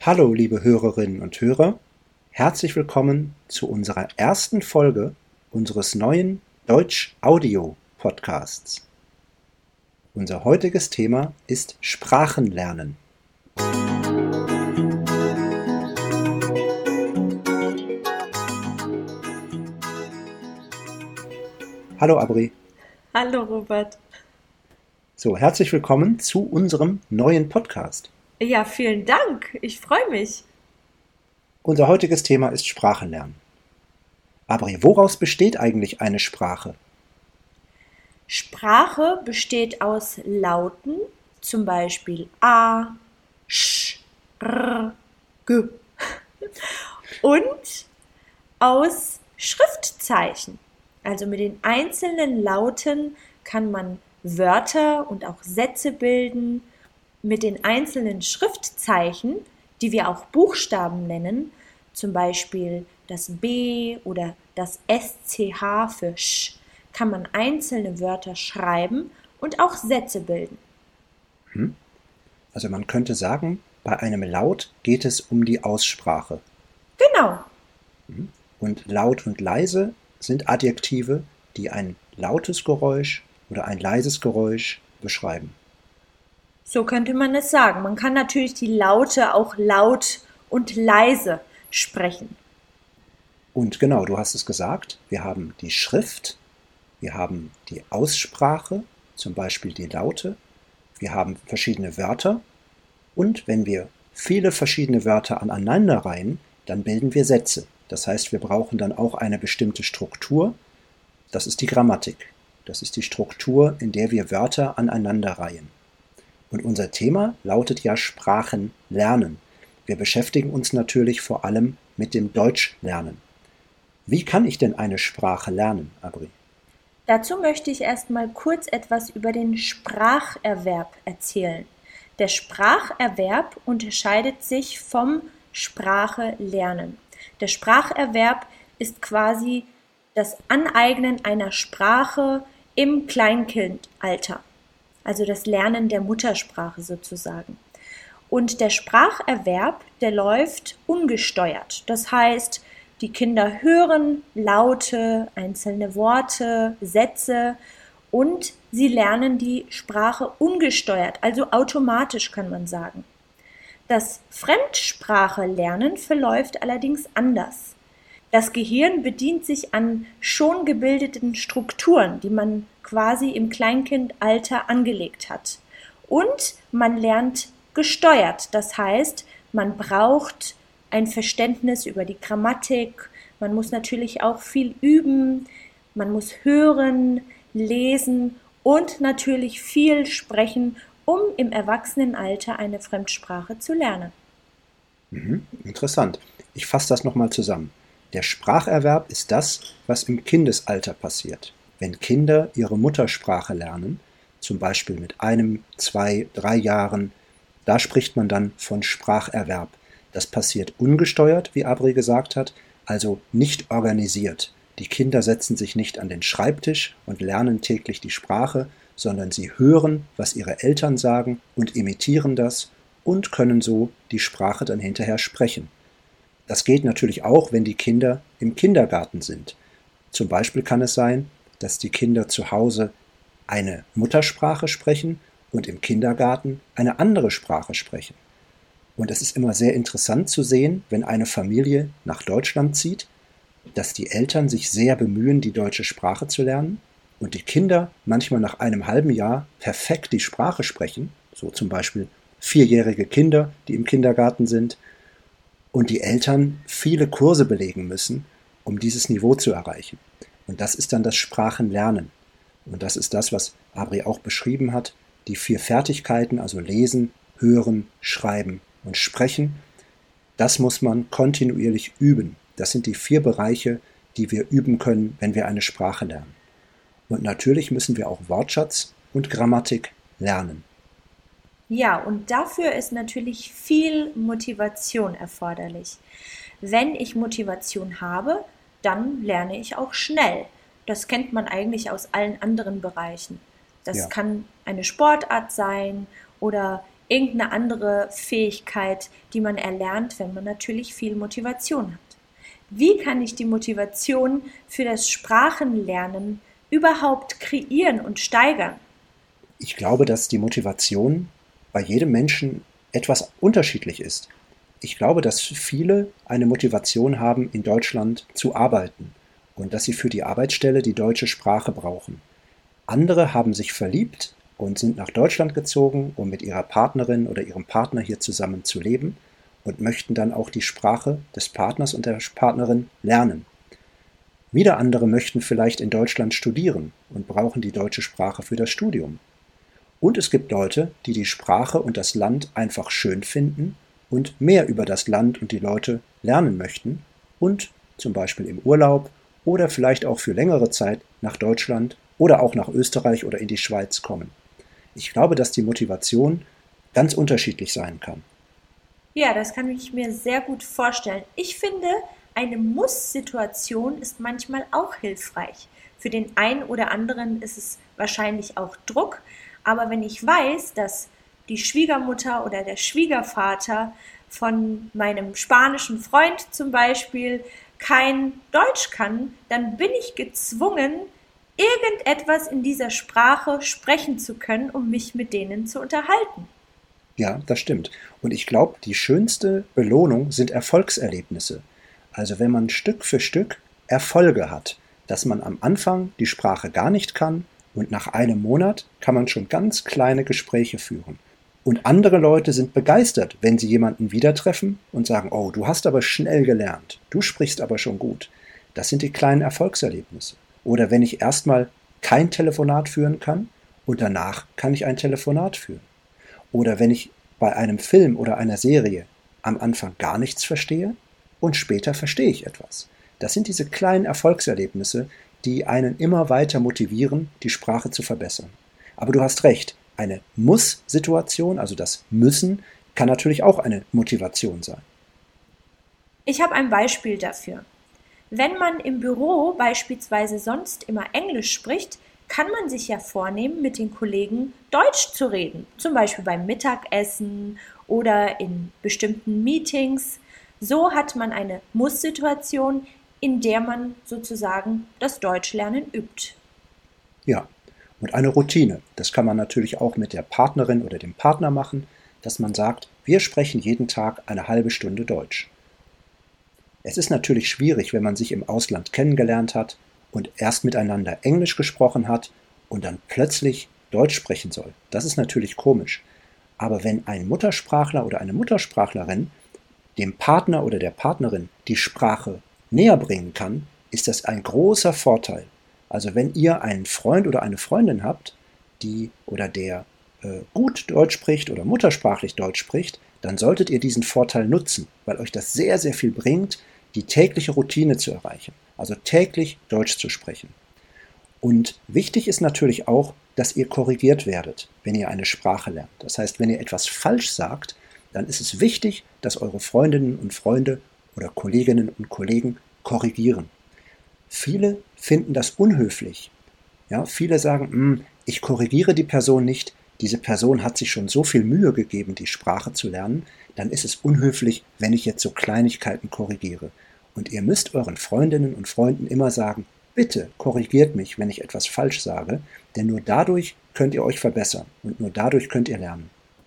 Hallo, liebe Hörerinnen und Hörer, herzlich willkommen zu unserer ersten Folge unseres neuen Deutsch-Audio-Podcasts. Unser heutiges Thema ist Sprachenlernen. Hallo Abri. Hallo Robert. So, herzlich willkommen zu unserem neuen Podcast. Ja, vielen Dank. Ich freue mich. Unser heutiges Thema ist Sprachenlernen. Abri, woraus besteht eigentlich eine Sprache? Sprache besteht aus Lauten, zum Beispiel A, Sch, R, G, und aus Schriftzeichen. Also mit den einzelnen Lauten kann man Wörter und auch Sätze bilden. Mit den einzelnen Schriftzeichen, die wir auch Buchstaben nennen, zum Beispiel das B oder das SCH für Sch, kann man einzelne Wörter schreiben und auch Sätze bilden. Also man könnte sagen, bei einem Laut geht es um die Aussprache. Genau, Und laut und leise sind Adjektive, die ein lautes Geräusch oder ein leises Geräusch beschreiben. so könnte man es sagen. Man kann natürlich die Laute auch laut und leise sprechen. Und genau, du hast es gesagt, wir haben die Schrift, wir haben die Aussprache, zum Beispiel die Laute, wir haben verschiedene Wörter und wenn wir viele verschiedene Wörter aneinanderreihen, dann bilden wir Sätze. Das heißt, wir brauchen dann auch eine bestimmte Struktur. Das ist die Grammatik. Das ist die Struktur, in der wir Wörter aneinanderreihen. Und unser Thema lautet ja Sprachenlernen. Wir beschäftigen uns natürlich vor allem mit dem Deutschlernen. Wie kann ich denn eine Sprache lernen, Abri? Dazu möchte ich erstmal kurz etwas über den Spracherwerb erzählen. Der Spracherwerb unterscheidet sich vom Sprachelernen. Der Spracherwerb ist quasi das Aneignen einer Sprache im Kleinkindalter, also das Lernen der Muttersprache sozusagen. Und der Spracherwerb, der läuft ungesteuert. Das heißt, die Kinder hören Laute, einzelne Worte, Sätze und sie lernen die Sprache ungesteuert, also automatisch kann man sagen. Das Fremdsprachelernen verläuft allerdings anders. Das Gehirn bedient sich an schon gebildeten Strukturen, die man quasi im Kleinkindalter angelegt hat. Und man lernt gesteuert, das heißt, man braucht ein Verständnis über die Grammatik, man muss natürlich auch viel üben, man muss hören, lesen und natürlich viel sprechen, um im Erwachsenenalter eine Fremdsprache zu lernen. Interessant. Ich fasse das nochmal zusammen. Der Spracherwerb ist das, was im Kindesalter passiert. Wenn Kinder ihre Muttersprache lernen, zum Beispiel mit 1, 2, 3 Jahren, da spricht man dann von Spracherwerb. Das passiert ungesteuert, wie Abri gesagt hat, also nicht organisiert. Die Kinder setzen sich nicht an den Schreibtisch und lernen täglich die Sprache, sondern sie hören, was ihre Eltern sagen und imitieren das und können so die Sprache dann hinterher sprechen. Das geht natürlich auch, wenn die Kinder im Kindergarten sind. Zum Beispiel kann es sein, dass die Kinder zu Hause eine Muttersprache sprechen und im Kindergarten eine andere Sprache sprechen. Und es ist immer sehr interessant zu sehen, wenn eine Familie nach Deutschland zieht, dass die Eltern sich sehr bemühen, die deutsche Sprache zu lernen und die Kinder manchmal nach einem halben Jahr perfekt die Sprache sprechen, so zum Beispiel 4-jährige Kinder, die im Kindergarten sind, und die Eltern viele Kurse belegen müssen, um dieses Niveau zu erreichen. Und das ist dann das Sprachenlernen. Und das ist das, was Abri auch beschrieben hat, die 4 Fertigkeiten, also lesen, hören, schreiben und sprechen. Das muss man kontinuierlich üben. Das sind die 4 Bereiche, die wir üben können, wenn wir eine Sprache lernen. Und natürlich müssen wir auch Wortschatz und Grammatik lernen. Ja, und dafür ist natürlich viel Motivation erforderlich. Wenn ich Motivation habe, dann lerne ich auch schnell. Das kennt man eigentlich aus allen anderen Bereichen. Das Ja. kann eine Sportart sein oder irgendeine andere Fähigkeit, die man erlernt, wenn man natürlich viel Motivation hat. Wie kann ich die Motivation für das Sprachenlernen überhaupt kreieren und steigern? Ich glaube, dass die Motivation bei jedem Menschen etwas unterschiedlich ist. Ich glaube, dass viele eine Motivation haben, in Deutschland zu arbeiten und dass sie für die Arbeitsstelle die deutsche Sprache brauchen. Andere haben sich verliebt und sind nach Deutschland gezogen, um mit ihrer Partnerin oder ihrem Partner hier zusammen zu leben und möchten dann auch die Sprache des Partners und der Partnerin lernen. Wieder andere möchten vielleicht in Deutschland studieren und brauchen die deutsche Sprache für das Studium. Und es gibt Leute, die die Sprache und das Land einfach schön finden und mehr über das Land und die Leute lernen möchten und zum Beispiel im Urlaub oder vielleicht auch für längere Zeit nach Deutschland oder auch nach Österreich oder in die Schweiz kommen. Ich glaube, dass die Motivation ganz unterschiedlich sein kann. Ja, das kann ich mir sehr gut vorstellen. Ich finde, eine Muss-Situation ist manchmal auch hilfreich. Für den einen oder anderen ist es wahrscheinlich auch Druck, aber wenn ich weiß, dass die Schwiegermutter oder der Schwiegervater von meinem spanischen Freund zum Beispiel kein Deutsch kann, dann bin ich gezwungen, irgendetwas in dieser Sprache sprechen zu können, um mich mit denen zu unterhalten. Ja, das stimmt. Und ich glaube, die schönste Belohnung sind Erfolgserlebnisse. Also wenn man Stück für Stück Erfolge hat, dass man am Anfang die Sprache gar nicht kann und nach einem Monat kann man schon ganz kleine Gespräche führen. Und andere Leute sind begeistert, wenn sie jemanden wieder treffen und sagen, oh, du hast aber schnell gelernt, du sprichst aber schon gut. Das sind die kleinen Erfolgserlebnisse. Oder wenn ich erstmal kein Telefonat führen kann und danach kann ich ein Telefonat führen. Oder wenn ich bei einem Film oder einer Serie am Anfang gar nichts verstehe und später verstehe ich etwas. Das sind diese kleinen Erfolgserlebnisse, die einen immer weiter motivieren, die Sprache zu verbessern. Aber du hast recht, eine Muss-Situation, also das Müssen, kann natürlich auch eine Motivation sein. Ich habe ein Beispiel dafür. Wenn man im Büro beispielsweise sonst immer Englisch spricht, kann man sich ja vornehmen, mit den Kollegen Deutsch zu reden, zum Beispiel beim Mittagessen oder in bestimmten Meetings. So hat man eine Muss-Situation, in der man sozusagen das Deutschlernen übt. Ja, und eine Routine. Das kann man natürlich auch mit der Partnerin oder dem Partner machen, dass man sagt, wir sprechen jeden Tag eine halbe Stunde Deutsch. Es ist natürlich schwierig, wenn man sich im Ausland kennengelernt hat und erst miteinander Englisch gesprochen hat und dann plötzlich Deutsch sprechen soll. Das ist natürlich komisch. Aber wenn ein Muttersprachler oder eine Muttersprachlerin dem Partner oder der Partnerin die Sprache näher bringen kann, ist das ein großer Vorteil. Also wenn ihr einen Freund oder eine Freundin habt, die oder der gut Deutsch spricht oder muttersprachlich Deutsch spricht, dann solltet ihr diesen Vorteil nutzen, weil euch das sehr, sehr viel bringt, die tägliche Routine zu erreichen, also täglich Deutsch zu sprechen. Und wichtig ist natürlich auch, dass ihr korrigiert werdet, wenn ihr eine Sprache lernt. Das heißt, wenn ihr etwas falsch sagt, dann ist es wichtig, dass eure Freundinnen und Freunde oder Kolleginnen und Kollegen korrigieren. Viele finden das unhöflich. Ja, viele sagen, ich korrigiere die Person nicht, diese Person hat sich schon so viel Mühe gegeben, die Sprache zu lernen, dann ist es unhöflich, wenn ich jetzt so Kleinigkeiten korrigiere. Und ihr müsst euren Freundinnen und Freunden immer sagen, bitte korrigiert mich, wenn ich etwas falsch sage, denn nur dadurch könnt ihr euch verbessern und nur dadurch könnt ihr lernen.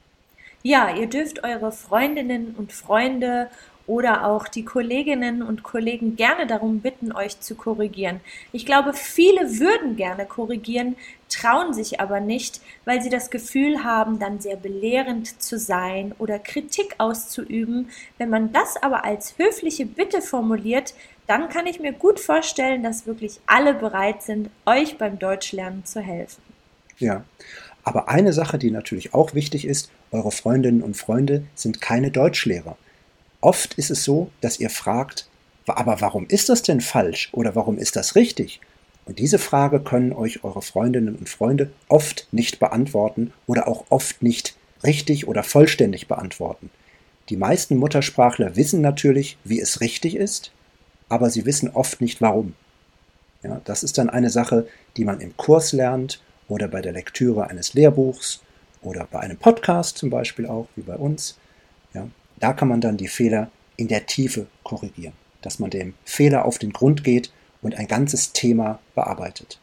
Ja, ihr dürft eure Freundinnen und Freunde oder auch die Kolleginnen und Kollegen gerne darum bitten, euch zu korrigieren. Ich glaube, viele würden gerne korrigieren, trauen sich aber nicht, weil sie das Gefühl haben, dann sehr belehrend zu sein oder Kritik auszuüben. Wenn man das aber als höfliche Bitte formuliert, dann kann ich mir gut vorstellen, dass wirklich alle bereit sind, euch beim Deutschlernen zu helfen. Ja, aber eine Sache, die natürlich auch wichtig ist, eure Freundinnen und Freunde sind keine Deutschlehrer. Oft ist es so, dass ihr fragt, aber warum ist das denn falsch oder warum ist das richtig? Und diese Frage können euch eure Freundinnen und Freunde oft nicht beantworten oder auch oft nicht richtig oder vollständig beantworten. Die meisten Muttersprachler wissen natürlich, wie es richtig ist, aber sie wissen oft nicht warum. Ja, das ist dann eine Sache, die man im Kurs lernt oder bei der Lektüre eines Lehrbuchs oder bei einem Podcast zum Beispiel auch, wie bei uns. Ja, da kann man dann die Fehler in der Tiefe korrigieren, dass man dem Fehler auf den Grund geht und ein ganzes Thema bearbeitet.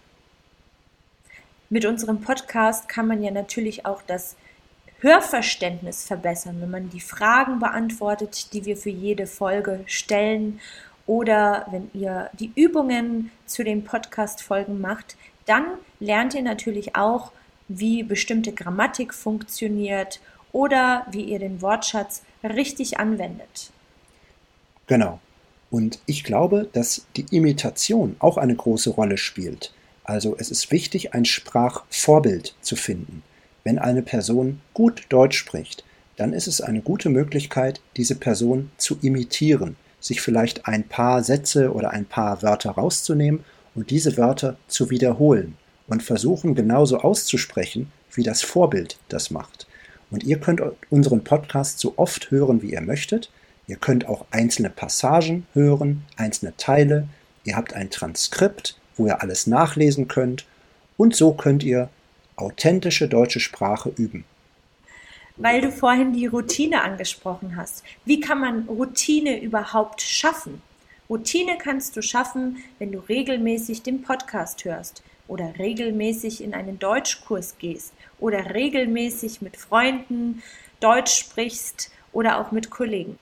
Mit unserem Podcast kann man ja natürlich auch das Hörverständnis verbessern, wenn man die Fragen beantwortet, die wir für jede Folge stellen, oder wenn ihr die Übungen zu den Podcast-Folgen macht, dann lernt ihr natürlich auch, wie bestimmte Grammatik funktioniert oder wie ihr den Wortschatz richtig anwendet. Genau. Und ich glaube, dass die Imitation auch eine große Rolle spielt. Also es ist wichtig, ein Sprachvorbild zu finden. Wenn eine Person gut Deutsch spricht, dann ist es eine gute Möglichkeit, diese Person zu imitieren, sich vielleicht ein paar Sätze oder ein paar Wörter rauszunehmen und diese Wörter zu wiederholen und versuchen genauso auszusprechen, wie das Vorbild das macht. Und ihr könnt unseren Podcast so oft hören, wie ihr möchtet. Ihr könnt auch einzelne Passagen hören, einzelne Teile. Ihr habt ein Transkript, wo ihr alles nachlesen könnt. Und so könnt ihr authentische deutsche Sprache üben. Weil du vorhin die Routine angesprochen hast. Wie kann man Routine überhaupt schaffen? Routine kannst du schaffen, wenn du regelmäßig den Podcast hörst oder regelmäßig in einen Deutschkurs gehst oder regelmäßig mit Freunden Deutsch sprichst oder auch mit Kollegen.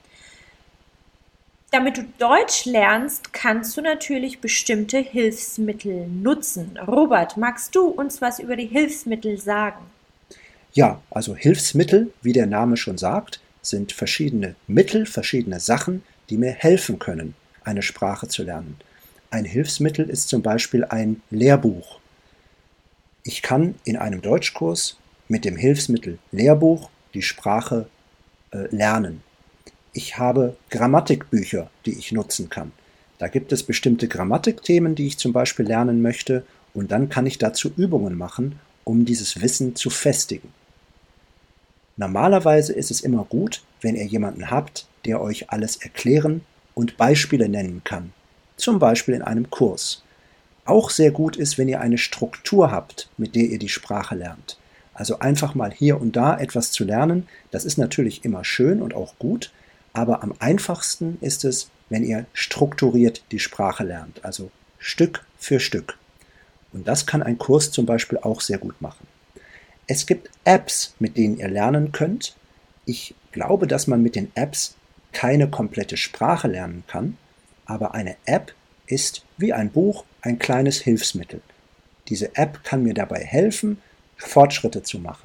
Damit du Deutsch lernst, kannst du natürlich bestimmte Hilfsmittel nutzen. Robert, magst du uns was über die Hilfsmittel sagen? Ja, also Hilfsmittel, wie der Name schon sagt, sind verschiedene Mittel, verschiedene Sachen, die mir helfen können, eine Sprache zu lernen. Ein Hilfsmittel ist zum Beispiel ein Lehrbuch. Ich kann in einem Deutschkurs mit dem Hilfsmittel Lehrbuch die Sprache lernen. Ich habe Grammatikbücher, die ich nutzen kann. Da gibt es bestimmte Grammatikthemen, die ich zum Beispiel lernen möchte, und dann kann ich dazu Übungen machen, um dieses Wissen zu festigen. Normalerweise ist es immer gut, wenn ihr jemanden habt, der euch alles erklären und Beispiele nennen kann, zum Beispiel in einem Kurs. Auch sehr gut ist, wenn ihr eine Struktur habt, mit der ihr die Sprache lernt. Also einfach mal hier und da etwas zu lernen, das ist natürlich immer schön und auch gut, aber am einfachsten ist es, wenn ihr strukturiert die Sprache lernt, also Stück für Stück. Und das kann ein Kurs zum Beispiel auch sehr gut machen. Es gibt Apps, mit denen ihr lernen könnt. Ich glaube, dass man mit den Apps keine komplette Sprache lernen kann, aber eine App ist wie ein Buch ein kleines Hilfsmittel. Diese App kann mir dabei helfen, Fortschritte zu machen.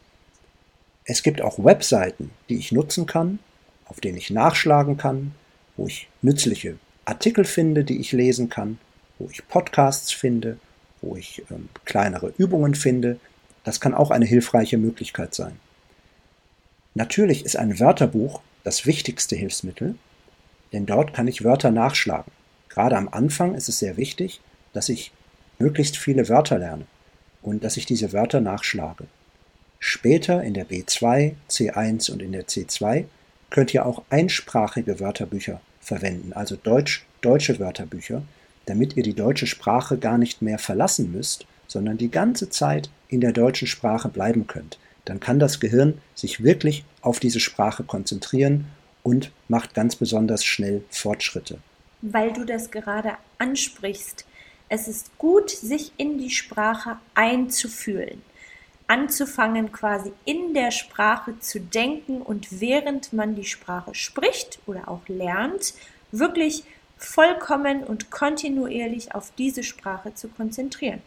Es gibt auch Webseiten, die ich nutzen kann, auf denen ich nachschlagen kann, wo ich nützliche Artikel finde, die ich lesen kann, wo ich Podcasts finde, wo ich kleinere Übungen finde. Das kann auch eine hilfreiche Möglichkeit sein. Natürlich ist ein Wörterbuch das wichtigste Hilfsmittel, denn dort kann ich Wörter nachschlagen. Gerade am Anfang ist es sehr wichtig, dass ich möglichst viele Wörter lerne und dass ich diese Wörter nachschlage. Später in der B2, C1 und in der C2 könnt ihr auch einsprachige Wörterbücher verwenden, also deutsche Wörterbücher, damit ihr die deutsche Sprache gar nicht mehr verlassen müsst, sondern die ganze Zeit in der deutschen Sprache bleiben könnt. Dann kann das Gehirn sich wirklich auf diese Sprache konzentrieren und macht ganz besonders schnell Fortschritte. Weil du das gerade ansprichst, es ist gut, sich in die Sprache einzufühlen, anzufangen quasi in der Sprache zu denken und während man die Sprache spricht oder auch lernt, wirklich vollkommen und kontinuierlich auf diese Sprache zu konzentrieren.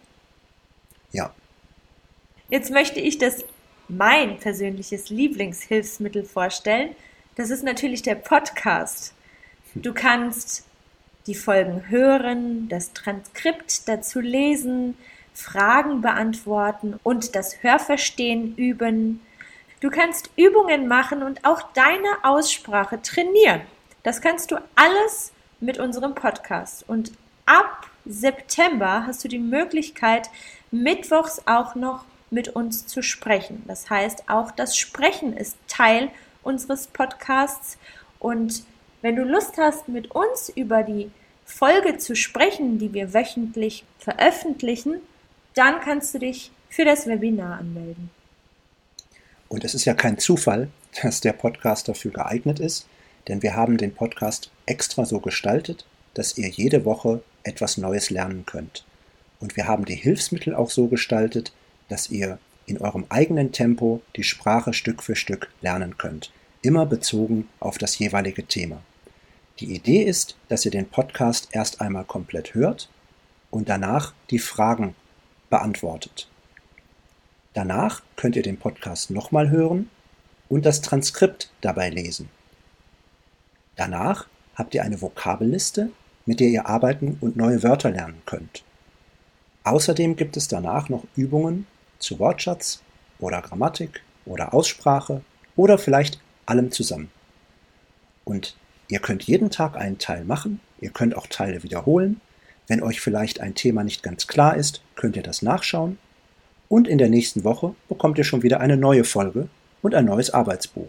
Ja. Jetzt möchte ich mein persönliches Lieblingshilfsmittel vorstellen. Das ist natürlich der Podcast. Du kannst die Folgen hören, das Transkript dazu lesen, Fragen beantworten und das Hörverstehen üben. Du kannst Übungen machen und auch deine Aussprache trainieren. Das kannst du alles mit unserem Podcast. Und ab September hast du die Möglichkeit, mittwochs auch noch mit uns zu sprechen. Das heißt, auch das Sprechen ist Teil unseres Podcasts. Und wenn du Lust hast, mit uns über die Folge zu sprechen, die wir wöchentlich veröffentlichen, dann kannst du dich für das Webinar anmelden. Und es ist ja kein Zufall, dass der Podcast dafür geeignet ist, denn wir haben den Podcast extra so gestaltet, dass ihr jede Woche etwas Neues lernen könnt. Und wir haben die Hilfsmittel auch so gestaltet, dass ihr in eurem eigenen Tempo die Sprache Stück für Stück lernen könnt, immer bezogen auf das jeweilige Thema. Die Idee ist, dass ihr den Podcast erst einmal komplett hört und danach die Fragen beantwortet. Danach könnt ihr den Podcast nochmal hören und das Transkript dabei lesen. Danach habt ihr eine Vokabelliste, mit der ihr arbeiten und neue Wörter lernen könnt. Außerdem gibt es danach noch Übungen zu Wortschatz oder Grammatik oder Aussprache oder vielleicht allem zusammen. Und ihr könnt jeden Tag einen Teil machen, ihr könnt auch Teile wiederholen. Wenn euch vielleicht ein Thema nicht ganz klar ist, könnt ihr das nachschauen. Und in der nächsten Woche bekommt ihr schon wieder eine neue Folge und ein neues Arbeitsbuch.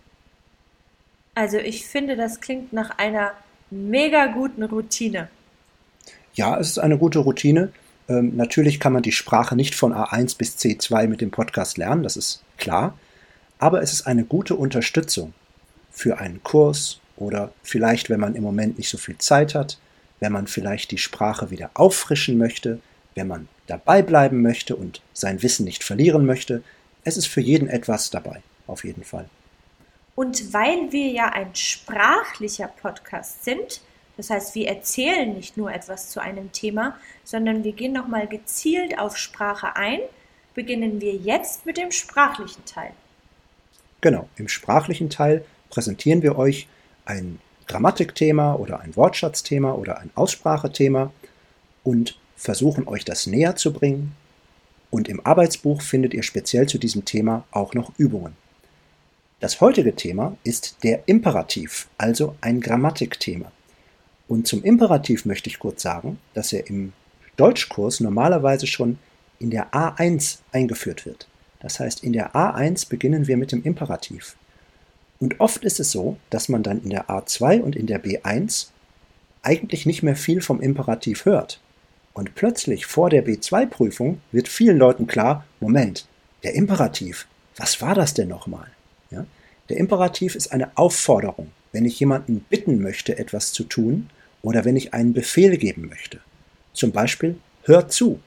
Also ich finde, das klingt nach einer mega guten Routine. Ja, es ist eine gute Routine. Natürlich kann man die Sprache nicht von A1 bis C2 mit dem Podcast lernen, das ist klar. Aber es ist eine gute Unterstützung für einen Kurs oder vielleicht, wenn man im Moment nicht so viel Zeit hat, wenn man vielleicht die Sprache wieder auffrischen möchte, wenn man dabei bleiben möchte und sein Wissen nicht verlieren möchte. Es ist für jeden etwas dabei, auf jeden Fall. Und weil wir ja ein sprachlicher Podcast sind, das heißt, wir erzählen nicht nur etwas zu einem Thema, sondern wir gehen nochmal gezielt auf Sprache ein, beginnen wir jetzt mit dem sprachlichen Teil. Genau, im sprachlichen Teil präsentieren wir euch ein Grammatikthema oder ein Wortschatzthema oder ein Aussprachethema und versuchen euch das näher zu bringen. Und im Arbeitsbuch findet ihr speziell zu diesem Thema auch noch Übungen. Das heutige Thema ist der Imperativ, also ein Grammatikthema. Und zum Imperativ möchte ich kurz sagen, dass er im Deutschkurs normalerweise schon in der A1 eingeführt wird. Das heißt, in der A1 beginnen wir mit dem Imperativ. Und oft ist es so, dass man dann in der A2 und in der B1 eigentlich nicht mehr viel vom Imperativ hört. Und plötzlich vor der B2-Prüfung wird vielen Leuten klar, Moment, der Imperativ, was war das denn nochmal? Ja? Der Imperativ ist eine Aufforderung, wenn ich jemanden bitten möchte, etwas zu tun oder wenn ich einen Befehl geben möchte. Zum Beispiel, hör zu,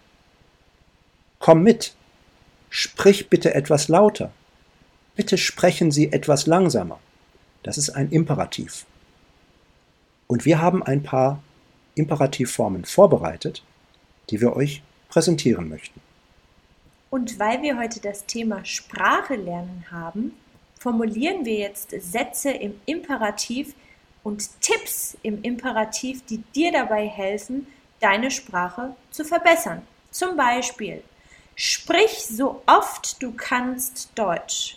komm mit, sprich bitte etwas lauter, bitte sprechen Sie etwas langsamer. Das ist ein Imperativ. Und wir haben ein paar Imperativformen vorbereitet, die wir euch präsentieren möchten. Und weil wir heute das Thema Sprache lernen haben, formulieren wir jetzt Sätze im Imperativ und Tipps im Imperativ, die dir dabei helfen, deine Sprache zu verbessern. Zum Beispiel, sprich so oft du kannst Deutsch.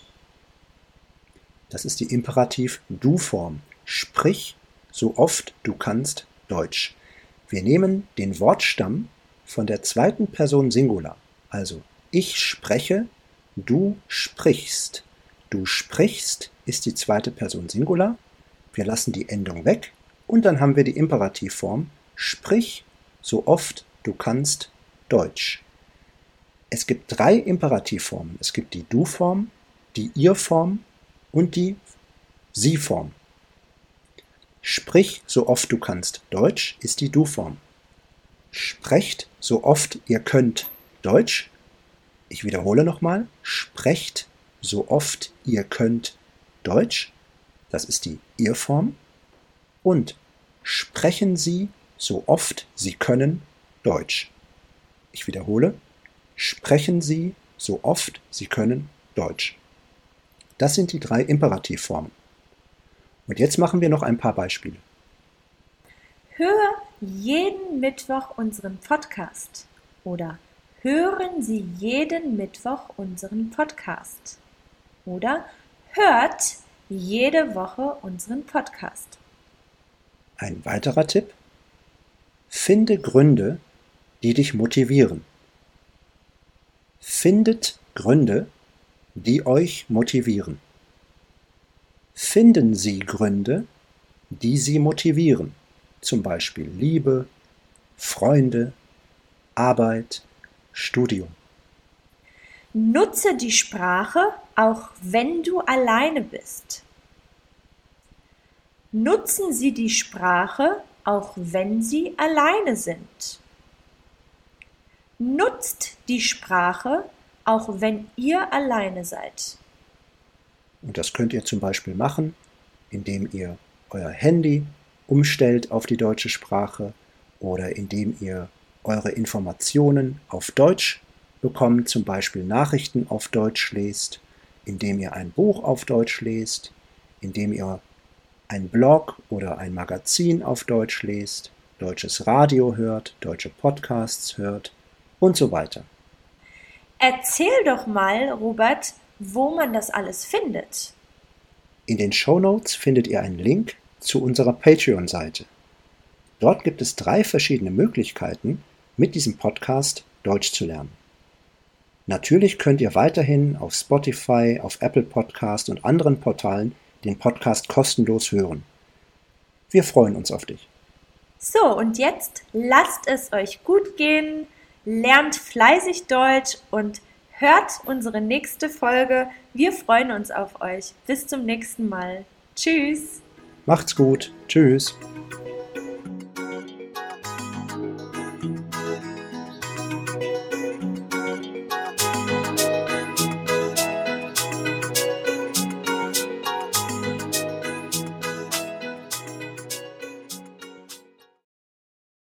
Das ist die Imperativ-Du-Form. Sprich so oft du kannst Deutsch. Wir nehmen den Wortstamm von der zweiten Person Singular. Also ich spreche, du sprichst. Du sprichst ist die zweite Person Singular. Wir lassen die Endung weg und dann haben wir die Imperativform sprich so oft du kannst Deutsch. Es gibt 3 Imperativformen. Es gibt die Du-Form, die Ihr-Form und die Sie-Form. Sprich so oft du kannst Deutsch ist die Du-Form. Sprecht so oft ihr könnt Deutsch. Ich wiederhole nochmal. Sprecht so oft ihr könnt Deutsch. Das ist die Ihr-Form. Und sprechen Sie so oft Sie können Deutsch. Ich wiederhole. Sprechen Sie so oft Sie können Deutsch. Das sind die 3 Imperativformen. Und jetzt machen wir noch ein paar Beispiele. Hör jeden Mittwoch unseren Podcast oder hören Sie jeden Mittwoch unseren Podcast oder hört jede Woche unseren Podcast. Ein weiterer Tipp: Finde Gründe, die dich motivieren. Findet Gründe, die euch motivieren. Finden Sie Gründe, die Sie motivieren. Zum Beispiel Liebe, Freunde, Arbeit, Studium. Nutze die Sprache auch wenn du alleine bist. Nutzen Sie die Sprache, auch wenn Sie alleine sind. Nutzt die Sprache, auch wenn ihr alleine seid. Und das könnt ihr zum Beispiel machen, indem ihr euer Handy umstellt auf die deutsche Sprache oder indem ihr eure Informationen auf Deutsch bekommt, zum Beispiel Nachrichten auf Deutsch lest, indem ihr ein Buch auf Deutsch lest, indem ihr ein Blog oder ein Magazin auf Deutsch lest, deutsches Radio hört, deutsche Podcasts hört und so weiter. Erzähl doch mal, Robert, wo man das alles findet. In den Shownotes findet ihr einen Link zu unserer Patreon-Seite. Dort gibt es 3 verschiedene Möglichkeiten, mit diesem Podcast Deutsch zu lernen. Natürlich könnt ihr weiterhin auf Spotify, auf Apple Podcast und anderen Portalen den Podcast kostenlos hören. Wir freuen uns auf dich. So, und jetzt lasst es euch gut gehen, lernt fleißig Deutsch und hört unsere nächste Folge. Wir freuen uns auf euch. Bis zum nächsten Mal. Tschüss. Macht's gut. Tschüss.